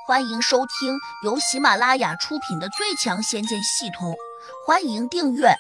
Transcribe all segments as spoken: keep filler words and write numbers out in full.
欢迎收听由喜马拉雅出品的《最强仙剑系统》，欢迎订阅。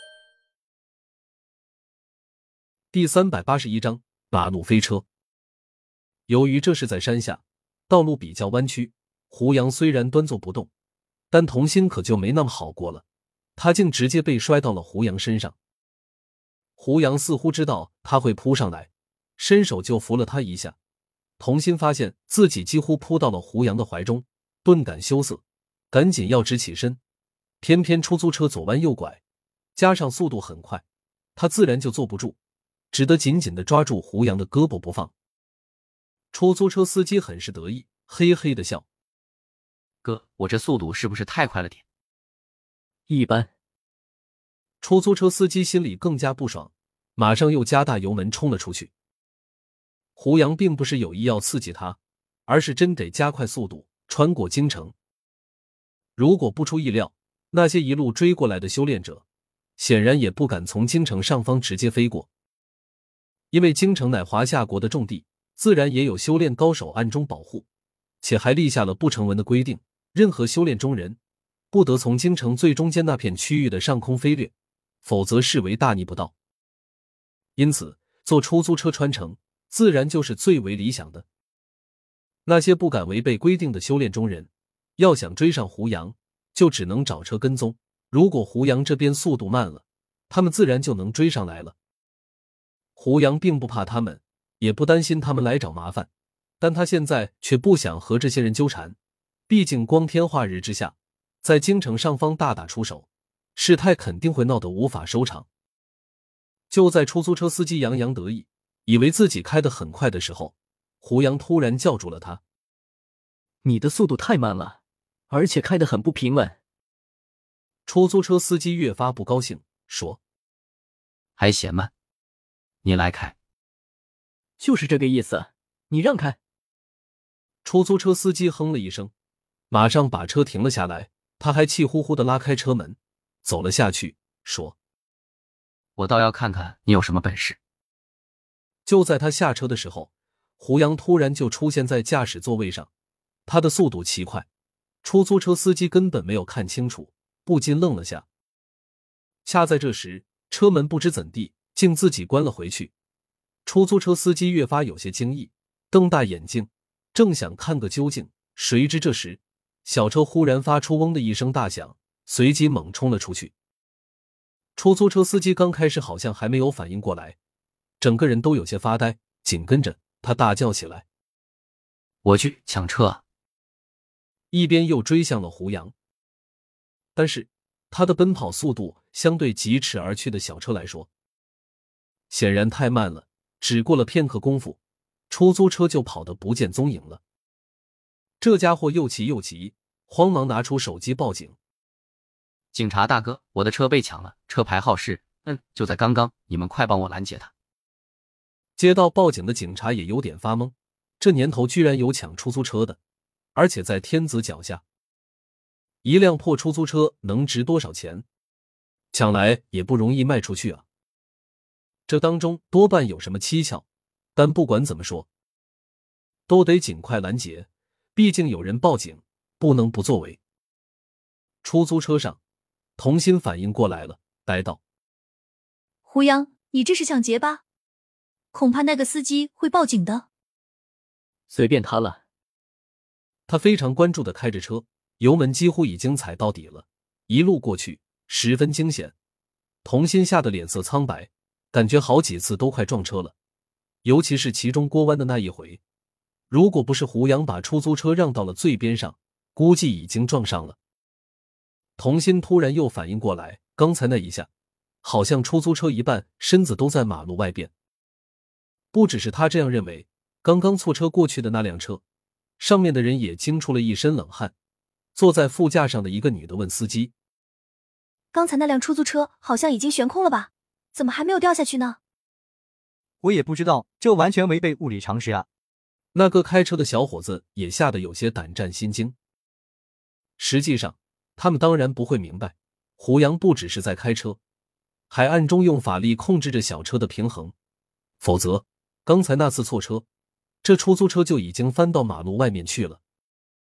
第三百八十一章马路飞车。由于这是在山下，道路比较弯曲，胡杨虽然端坐不动，但童心可就没那么好过了，他竟直接被摔到了胡杨身上。胡杨似乎知道他会扑上来，伸手就扶了他一下。童心发现自己几乎扑到了胡杨的怀中，顿感羞涩，赶紧要直起身，偏偏出租车左弯右拐，加上速度很快，他自然就坐不住，只得紧紧地抓住胡杨的胳膊不放。出租车司机很是得意，嘿嘿地笑： 哥，我这速度是不是太快了点？ 一般。 出租车司机心里更加不爽，马上又加大油门冲了出去。胡杨并不是有意要刺激他，而是真得加快速度穿过京城。如果不出意料，那些一路追过来的修炼者显然也不敢从京城上方直接飞过，因为京城乃华夏国的重地，自然也有修炼高手暗中保护，且还立下了不成文的规定，任何修炼中人不得从京城最中间那片区域的上空飞掠，否则视为大逆不道。因此坐出租车穿城自然就是最为理想的。那些不敢违背规定的修炼中人要想追上胡杨，就只能找车跟踪，如果胡杨这边速度慢了，他们自然就能追上来了。胡杨并不怕他们，也不担心他们来找麻烦，但他现在却不想和这些人纠缠，毕竟光天化日之下，在京城上方大打出手，事态肯定会闹得无法收场。就在出租车司机洋洋得意，以为自己开得很快的时候，胡杨突然叫住了他： 你的速度太慢了，而且开得很不平稳。 出租车司机越发不高兴，说： 还嫌慢？你来开。 就是这个意思，你让开。 出租车司机哼了一声，马上把车停了下来，他还气呼呼地拉开车门走了下去，说： 我倒要看看你有什么本事。 就在他下车的时候，胡杨突然就出现在驾驶座位上，他的速度奇快，出租车司机根本没有看清楚，不禁愣了下。恰在这时，车门不知怎地竟自己关了回去，出租车司机越发有些惊异，瞪大眼睛正想看个究竟，谁知这时小车忽然发出嗡的一声大响，随即猛冲了出去。出租车司机刚开始好像还没有反应过来，整个人都有些发呆，紧跟着他大叫起来： 我去抢车啊！ 一边又追向了胡杨。但是他的奔跑速度相对疾驰而去的小车来说显然太慢了，只过了片刻功夫，出租车就跑得不见踪影了。这家伙又急又急，慌忙拿出手机报警： 警察大哥，我的车被抢了，车牌号是……嗯，就在刚刚，你们快帮我拦截他。 接到报警的警察也有点发懵，这年头居然有抢出租车的，而且在天子脚下。一辆破出租车能值多少钱？抢来也不容易卖出去啊。这当中多半有什么蹊跷，但不管怎么说，都得尽快拦截，毕竟有人报警，不能不作为。出租车上，童心反应过来了，呆道： 胡杨，你这是抢劫吧？恐怕那个司机会报警的。 随便他了。 他非常关注地开着车，油门几乎已经踩到底了，一路过去十分惊险。童心吓得脸色苍白，感觉好几次都快撞车了，尤其是其中过弯的那一回，如果不是胡杨把出租车让到了最边上，估计已经撞上了。童心突然又反应过来，刚才那一下好像出租车一半身子都在马路外边。不只是他这样认为，刚刚错车过去的那辆车上面的人也惊出了一身冷汗。坐在副驾上的一个女的问司机： 刚才那辆出租车好像已经悬空了吧？怎么还没有掉下去呢？ 我也不知道，这完全违背物理常识啊。 那个开车的小伙子也吓得有些胆战心惊。实际上他们当然不会明白，胡杨不只是在开车，还暗中用法力控制着小车的平衡，否则刚才那次错车，这出租车就已经翻到马路外面去了。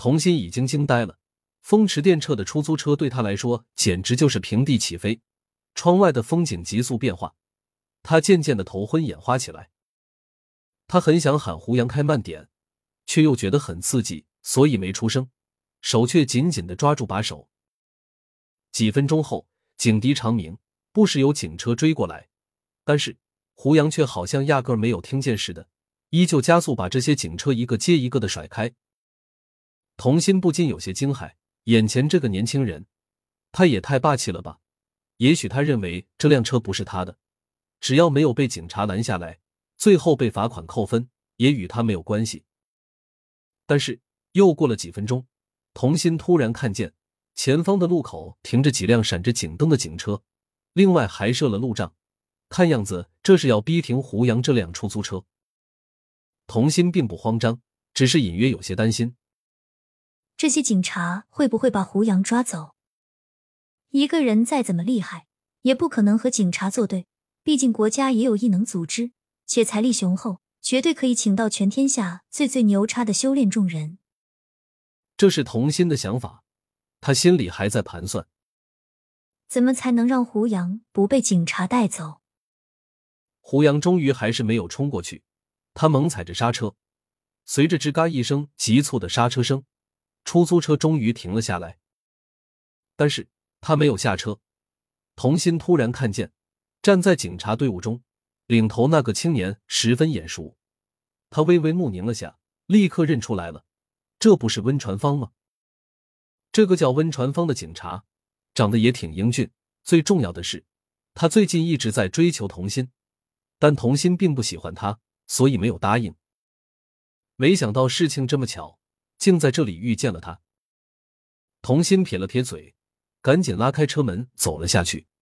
童心已经惊呆了，风驰电掣的出租车对他来说简直就是平地起飞，窗外的风景急速变化，他渐渐的头昏眼花起来。他很想喊胡杨开慢点，却又觉得很刺激，所以没出声，手却紧紧地抓住把手。几分钟后，警笛长鸣，不时有警车追过来，但是胡杨却好像压根儿没有听见似的，依旧加速把这些警车一个接一个的甩开。童心不禁有些惊骇，眼前这个年轻人，他也太霸气了吧。也许他认为这辆车不是他的，只要没有被警察拦下来，最后被罚款扣分，也与他没有关系。但是又过了几分钟，童心突然看见前方的路口停着几辆闪着警灯的警车，另外还设了路障，看样子这是要逼停胡杨这辆出租车。童心并不慌张，只是隐约有些担心， 这些警察会不会把胡杨抓走？一个人再怎么厉害，也不可能和警察作对，毕竟国家也有异能组织，且财力雄厚，绝对可以请到全天下最最牛叉的修炼众人。 这是童心的想法，他心里还在盘算， 怎么才能让胡杨不被警察带走？ 胡杨终于还是没有冲过去，他猛踩着刹车，随着吱嘎一声急促的刹车声，出租车终于停了下来。但是他没有下车，童心突然看见站在警察队伍中领头那个青年十分眼熟，他微微目凝了下，立刻认出来了，这不是温传芳吗？这个叫温传芳的警察长得也挺英俊，最重要的是他最近一直在追求童心，但童心并不喜欢他，所以没有答应。没想到事情这么巧，竟在这里遇见了他。童心撇了撇嘴，赶紧拉开车门走了下去。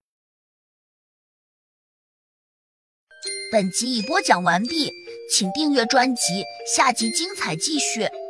本集已播讲完毕，请订阅专辑，下集精彩继续。